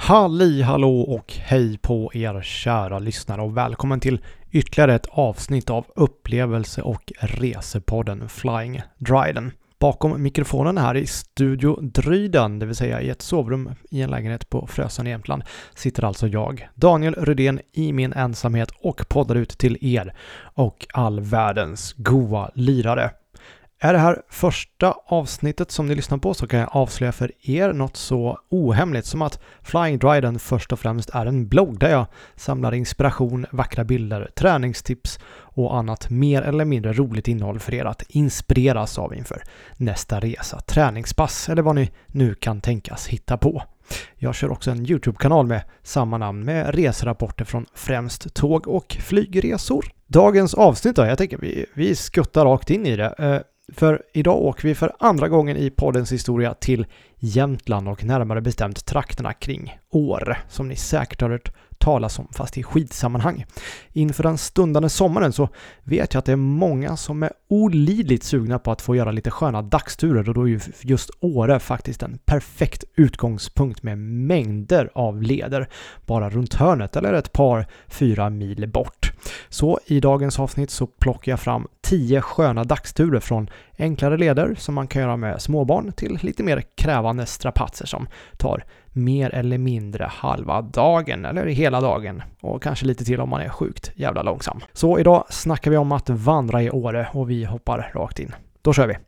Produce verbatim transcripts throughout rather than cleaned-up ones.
Halli hallå och hej på er kära lyssnare och välkommen till ytterligare ett avsnitt av upplevelse- och resepodden Flying Dryden. Bakom mikrofonen här i Studio Dryden, det vill säga i ett sovrum i en lägenhet på Frösön i Jämtland, sitter alltså jag, Daniel Rydén, i min ensamhet och poddar ut till er och all världens goa lirare. Är det här första avsnittet som ni lyssnar på så kan jag avslöja för er något så ohemligt som att Flying Dryden först och främst är en blogg där jag samlar inspiration, vackra bilder, träningstips och annat mer eller mindre roligt innehåll för er att inspireras av inför nästa resa, träningspass eller vad ni nu kan tänkas hitta på. Jag kör också en YouTube-kanal med samma namn med reserapporter från främst tåg- och flygresor. Dagens avsnitt då, jag tänker vi, vi skuttar rakt in i det. För idag åker vi för andra gången i poddens historia till Jämtland och närmare bestämt trakterna kring Åre, som ni säkert har hört talas om fast i skidsammanhang. Inför den stundande sommaren så vet jag att det är många som är olidligt sugna på att få göra lite sköna dagsturer, och då är ju just Åre faktiskt en perfekt utgångspunkt med mängder av leder bara runt hörnet eller ett par fyra mil bort. Så i dagens avsnitt så plockar jag fram tio sköna dagsturer från enklare leder som man kan göra med småbarn till lite mer krävande strapatser som tar mer eller mindre halva dagen eller hela dagen och kanske lite till om man är sjukt jävla långsam. Så idag snackar vi om att vandra i Åre och vi hoppar rakt in. Då kör vi!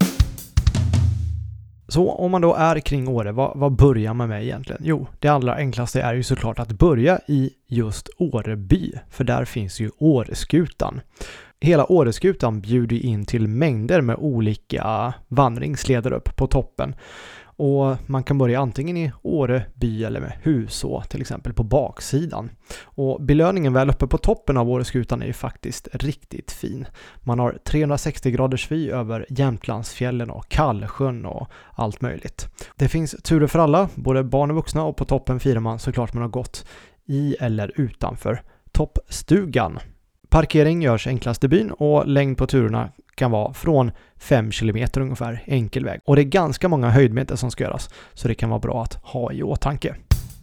Så om man då är kring Åre, vad, vad börjar man med egentligen? Jo, det allra enklaste är ju såklart att börja i just Åreby, för där finns ju Åreskutan. Hela Åreskutan bjuder in till mängder med olika vandringsleder upp på toppen. Och man kan börja antingen i Åreby eller med Huså till exempel på baksidan. Och belöningen väl uppe på toppen av Åreskutan är ju faktiskt riktigt fin. Man har trehundrasextio graders vy över Jämtlandsfjällen och Kallsjön och allt möjligt. Det finns turer för alla, både barn och vuxna, och på toppen firar man såklart man har gått i eller utanför toppstugan. Parkering görs enklast i byn och längd på turerna kan vara från fem kilometer ungefär enkel väg. Och det är ganska många höjdmeter som ska göras, så det kan vara bra att ha i åtanke.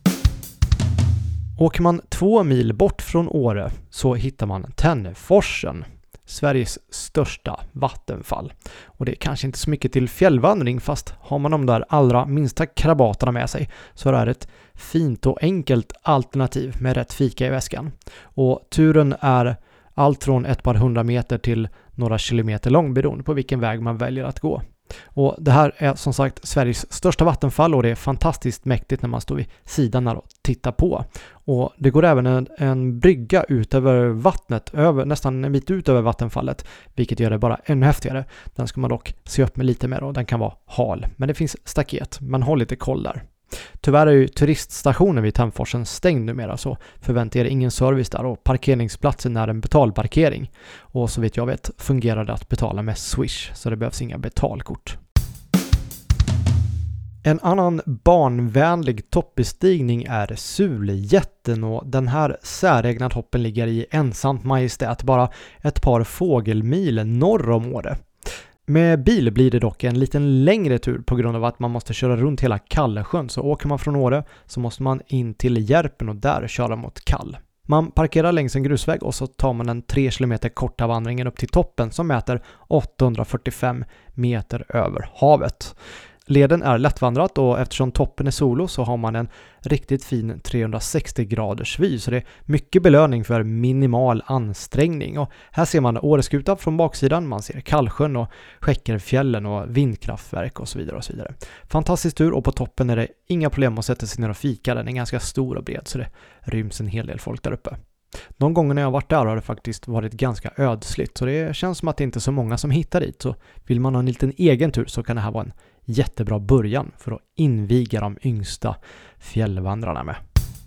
Åker man två mil bort från Åre så hittar man Tänneforsen, Sveriges största vattenfall. Och det är kanske inte så mycket till fjällvandring, fast har man de där allra minsta krabaterna med sig så är det ett fint och enkelt alternativ med rätt fika i väskan. Och turen är allt från ett par hundra meter till några kilometer lång beroende på vilken väg man väljer att gå. Och det här är som sagt Sveriges största vattenfall och det är fantastiskt mäktigt när man står vid sidan och tittar på. Och det går även en, en brygga ut över vattnet, över, nästan en bit ut över vattenfallet, vilket gör det bara ännu häftigare. Den ska man dock se upp med lite mer och den kan vara hal. Men det finns staket, men håll lite koll där. Tyvärr är ju turiststationen vid Tänneforsen stängd numera, så förvänta er ingen service där, och parkeringsplatsen är en betalparkering. Och så vet jag vet fungerar det att betala med Swish, så det behövs inga betalkort. En annan barnvänlig toppbestigning är Sulejätten, och den här säregna toppen ligger i ensamt majestät bara ett par fågelmil norr om Åre. Med bil blir det dock en liten längre tur på grund av att man måste köra runt hela Kallsjön, så åker man från Åre så måste man in till Järpen och där köra mot Kall. Man parkerar längs en grusväg och så tar man den tre kilometer korta vandringen upp till toppen som mäter åttahundrafyrtiofem meter över havet. Leden är lättvandrat och eftersom toppen är solo så har man en riktigt fin trehundrasextio graders vy, så det är mycket belöning för minimal ansträngning. Och här ser man Åreskutan från baksidan, man ser Kallsjön och Skäckerfjällen och vindkraftverk och så vidare och så vidare. Fantastisk tur, och på toppen är det inga problem att sätta sig ner och fika, den är ganska stor och bred så det ryms en hel del folk där uppe. De gånger när jag har varit där har det faktiskt varit ganska ödsligt, så det känns som att det inte är så många som hittar dit, så vill man ha en liten egen tur så kan det här vara en jättebra början för att inviga de yngsta fjällvandrarna med.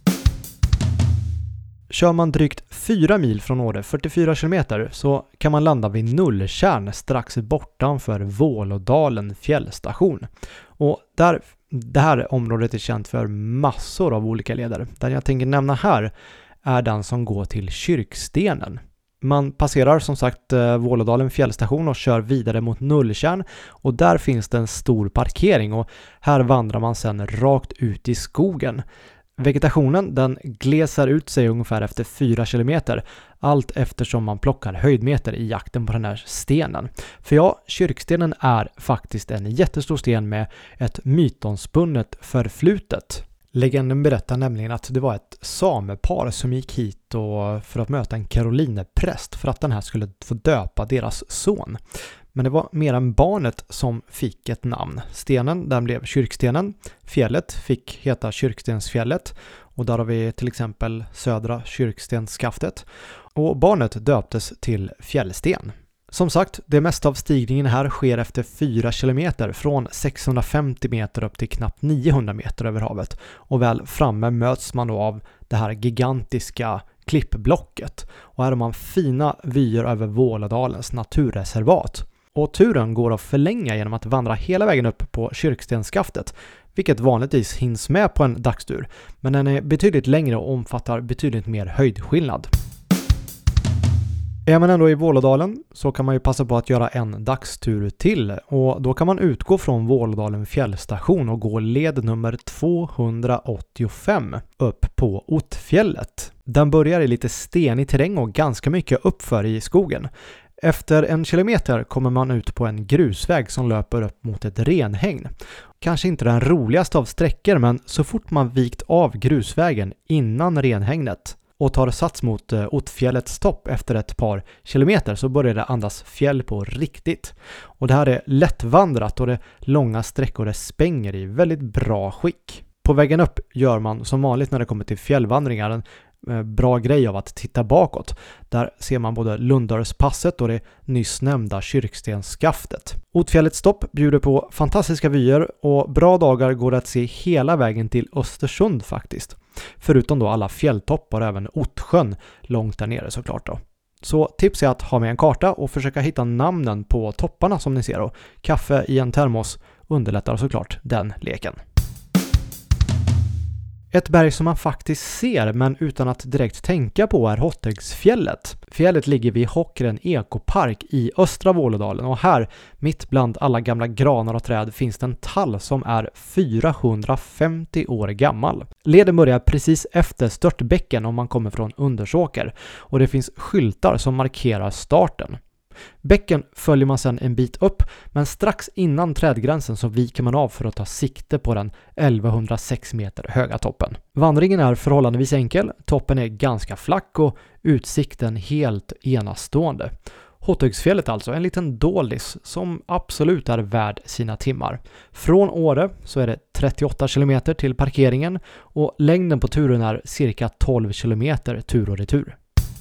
Kör man drygt fyra mil från Åre, fyrtiofyra kilometer, så kan man landa vid Nulltjärn strax bortanför Vålådalen fjällstation. Och där, det här området är känt för massor av olika leder. Den jag tänker nämna här är den som går till Kyrkstenen. Man passerar som sagt Vålådalen fjällstation och kör vidare mot Nulltjärn, och där finns det en stor parkering och här vandrar man sedan rakt ut i skogen. Vegetationen den glesar ut sig ungefär efter fyra kilometer, allt eftersom man plockar höjdmeter i jakten på den här stenen. För ja, kyrkstenen är faktiskt en jättestor sten med ett mytomspunnet förflutet. Legenden berättar nämligen att det var ett samepar som gick hit och för att möta en karolinepräst för att den här skulle få döpa deras son. Men det var mer än barnet som fick ett namn. Stenen, den blev kyrkstenen. Fjället fick heta Kyrkstensfjället. Och där har vi till exempel södra kyrkstensskaftet. Och barnet döptes till Fjällsten. Som sagt, det mesta av stigningen här sker efter fyra kilometer från sexhundrafemtio meter upp till knappt niohundra meter över havet. Och väl framme möts man då av det här gigantiska klippblocket. Och här har man fina vyer över Vålådalens naturreservat. Och turen går att förlänga genom att vandra hela vägen upp på Kyrkstensskaftet, vilket vanligtvis hinns med på en dagstur, men den är betydligt längre och omfattar betydligt mer höjdskillnad. Är man ändå i Vålådalen så kan man ju passa på att göra en dagstur till, och då kan man utgå från Vålådalen fjällstation och gå led nummer tvåhundraåttiofem upp på Ottfjället. Den börjar i lite stenig terräng och ganska mycket uppför i skogen. Efter en kilometer kommer man ut på en grusväg som löper upp mot ett renhägn. Kanske inte den roligaste av sträckor, men så fort man vikt av grusvägen innan renhägnet och tar sats mot Ottfjällets topp efter ett par kilometer så börjar det andas fjäll på riktigt. Och det här är lättvandrat och det långa sträckor det spänger i väldigt bra skick. På vägen upp gör man som vanligt när det kommer till fjällvandringar en bra grej av att titta bakåt. Där ser man både Lundörspasset och det nyss nämnda Kyrkstensskaftet. Ottfjällets topp bjuder på fantastiska vyer och bra dagar går att se hela vägen till Östersund faktiskt. Förutom då alla fjälltoppar och även Ottsjön långt där nere såklart då. Så tips är att ha med en karta och försöka hitta namnen på topparna som ni ser, och kaffe i en termos underlättar såklart den leken. Ett berg som man faktiskt ser men utan att direkt tänka på är Hottegsfjället. Fjället ligger vid Hockren ekopark i östra Vålådalen, och här mitt bland alla gamla granar och träd finns det en tall som är fyrahundrafemtio år gammal. Leden börjar precis efter Störtbäcken om man kommer från Undersåker, och det finns skyltar som markerar starten. Bäcken följer man sedan en bit upp, men strax innan trädgränsen så viker man av för att ta sikte på den elvahundrasex meter höga toppen. Vandringen är förhållandevis enkel, toppen är ganska flack och utsikten helt enastående. Hottegsfjället alltså, en liten doldis som absolut är värd sina timmar. Från Åre så är det trettioåtta kilometer till parkeringen och längden på turen är cirka tolv kilometer tur och retur.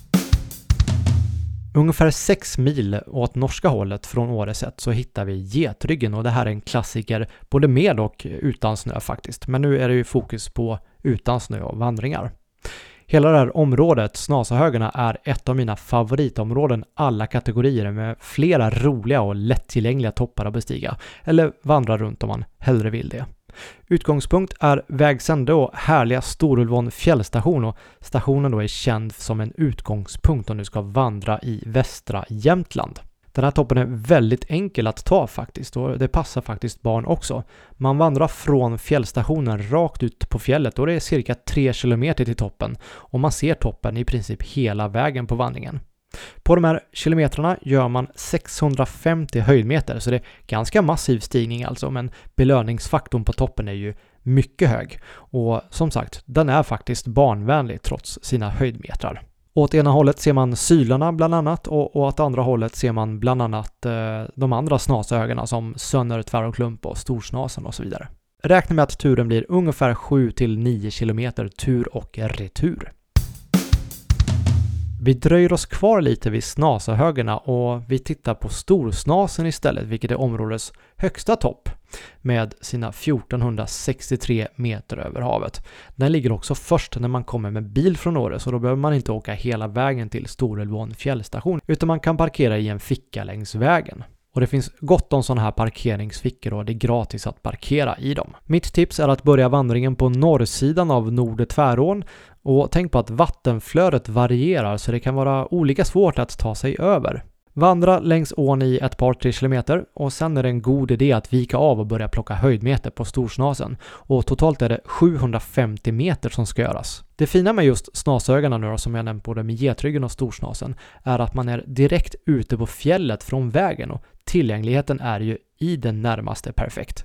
Ungefär sex mil åt norska hållet från Åre sett så hittar vi Getryggen, och det här är en klassiker både med och utan snö faktiskt. Men nu är det ju fokus på utan snö och vandringar. Hela det här området, Snasahögarna, är ett av mina favoritområden alla kategorier med flera roliga och lättillgängliga toppar att bestiga eller vandra runt om man hellre vill det. Utgångspunkt är Vägsände och härliga Storulvån fjällstation, och stationen då är känd som en utgångspunkt om du ska vandra i västra Jämtland. Den här toppen är väldigt enkel att ta faktiskt, och det passar faktiskt barn också. Man vandrar från fjällstationen rakt ut på fjället och det är cirka tre kilometer till toppen, och man ser toppen i princip hela vägen på vandringen. På de här kilometrarna gör man sexhundrafemtio höjdmeter, så det är ganska massiv stigning alltså, men belöningsfaktorn på toppen är ju mycket hög. Och som sagt, den är faktiskt barnvänlig trots sina höjdmetrar. Åt ena hållet ser man Sylarna bland annat, och åt andra hållet ser man bland annat eh, de andra snasögarna som Sönner, Tvärklump och Storsnasen och så vidare. Räkna med att turen blir ungefär sju till nio kilometer tur och retur. Vi dröjer oss kvar lite vid Snasahögarna och vi tittar på Storsnasen istället, vilket är områdets högsta topp med sina fjortonhundrasextiotre meter över havet. Den ligger också först när man kommer med bil från Åre, så då behöver man inte åka hela vägen till Storulvån fjällstation utan man kan parkera i en ficka längs vägen. Och det finns gott om sådana här parkeringsfickor och det är gratis att parkera i dem. Mitt tips är att börja vandringen på norrsidan av Nordetvärrån, och tänk på att vattenflödet varierar så det kan vara olika svårt att ta sig över. Vandra längs ån i ett par tre kilometer och sen är det en god idé att vika av och börja plocka höjdmeter på storsnasen. Och totalt är det sjuhundrafemtio meter som ska göras. Det fina med just snasögarna nu då, som jag nämnt både med getryggen och storsnasen, är att man är direkt ute på fjället från vägen och tillgängligheten är ju i det närmaste perfekt.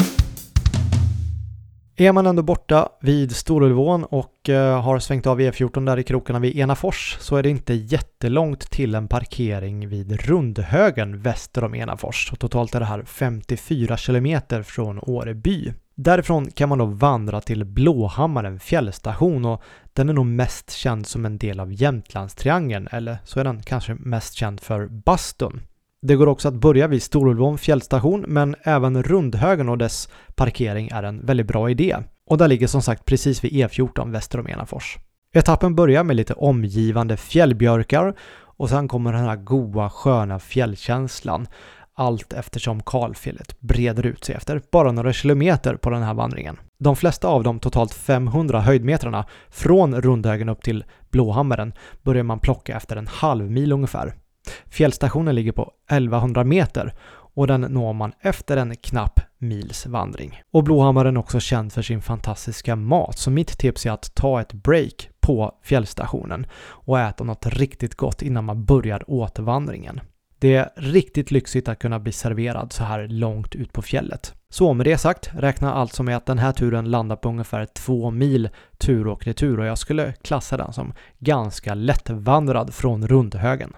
Är man ändå borta vid Storulvån och eh, har svängt av E fjorton där i krokarna vid Enafors så är det inte jättelångt till en parkering vid Rundhögen väster om Enafors. Och totalt är det här femtiofyra kilometer från Åreby. Därifrån kan man då vandra till Blåhammaren fjällstation och den är nog mest känd som en del av Jämtlandstriangeln, eller så är den kanske mest känd för bastun. Det går också att börja vid Storulvån fjällstation, men även Rundhögen och dess parkering är en väldigt bra idé. Och där ligger som sagt precis vid E fjorton väster om Enafors. Etappen börjar med lite omgivande fjällbjörkar och sen kommer den här goa sköna fjällkänslan allt eftersom kalfjället breder ut sig efter bara några kilometer på den här vandringen. De flesta av de totalt femhundra höjdmetrarna från Rundhögen upp till Blåhammaren börjar man plocka efter en halv mil ungefär. Fjällstationen ligger på elvahundra meter och den når man efter en knapp mils vandring. Och Blåhammaren är också känd för sin fantastiska mat, så mitt tips är att ta ett break på fjällstationen och äta något riktigt gott innan man börjar återvandringen. Det är riktigt lyxigt att kunna bli serverad så här långt ut på fjället. Så med det sagt, räkna alltså med att den här turen landar på ungefär två mil tur och retur och jag skulle klassa den som ganska lättvandrad från Rundhögen.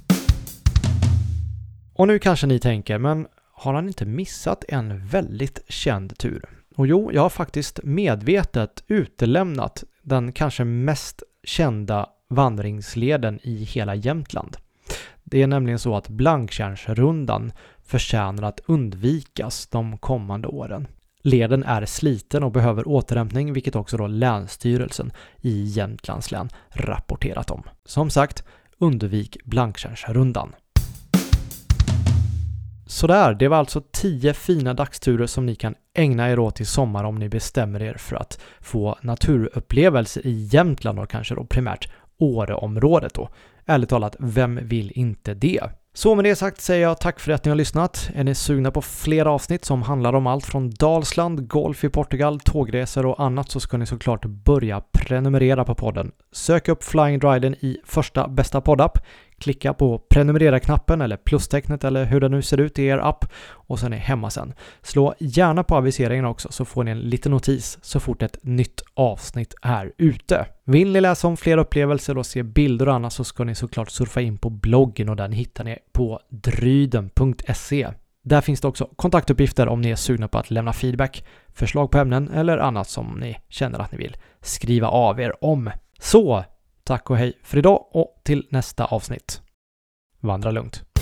Och nu kanske ni tänker, men har han inte missat en väldigt känd tur? Och jo, jag har faktiskt medvetet utelämnat den kanske mest kända vandringsleden i hela Jämtland. Det är nämligen så att Blanktjärnsrundan förtjänar att undvikas de kommande åren. Leden är sliten och behöver återhämtning, vilket också då Länsstyrelsen i Jämtlands län rapporterat om. Som sagt, undvik Blanktjärnsrundan. Sådär, det var alltså tio fina dagsturer som ni kan ägna er åt i sommar om ni bestämmer er för att få naturupplevelser i Jämtland och kanske då primärt Åreområdet då. Ärligt talat, vem vill inte det? Så med det sagt säger jag tack för att ni har lyssnat. Är ni sugna på flera avsnitt som handlar om allt från Dalsland, golf i Portugal, tågresor och annat så ska ni såklart börja prenumerera på podden. Sök upp Flying Dryden i första bästa poddapp. Klicka på prenumerera-knappen eller plustecknet eller hur det nu ser ut i er app och sen är hemma sen. Slå gärna på aviseringen också så får ni en liten notis så fort ett nytt avsnitt är ute. Vill ni läsa om fler upplevelser och se bilder och annat så ska ni såklart surfa in på bloggen och den hittar ni på dryden punkt se. Där finns det också kontaktuppgifter om ni är sugna på att lämna feedback, förslag på ämnen eller annat som ni känner att ni vill skriva av er om. Så, tack och hej för idag och till nästa avsnitt. Vandra lugnt.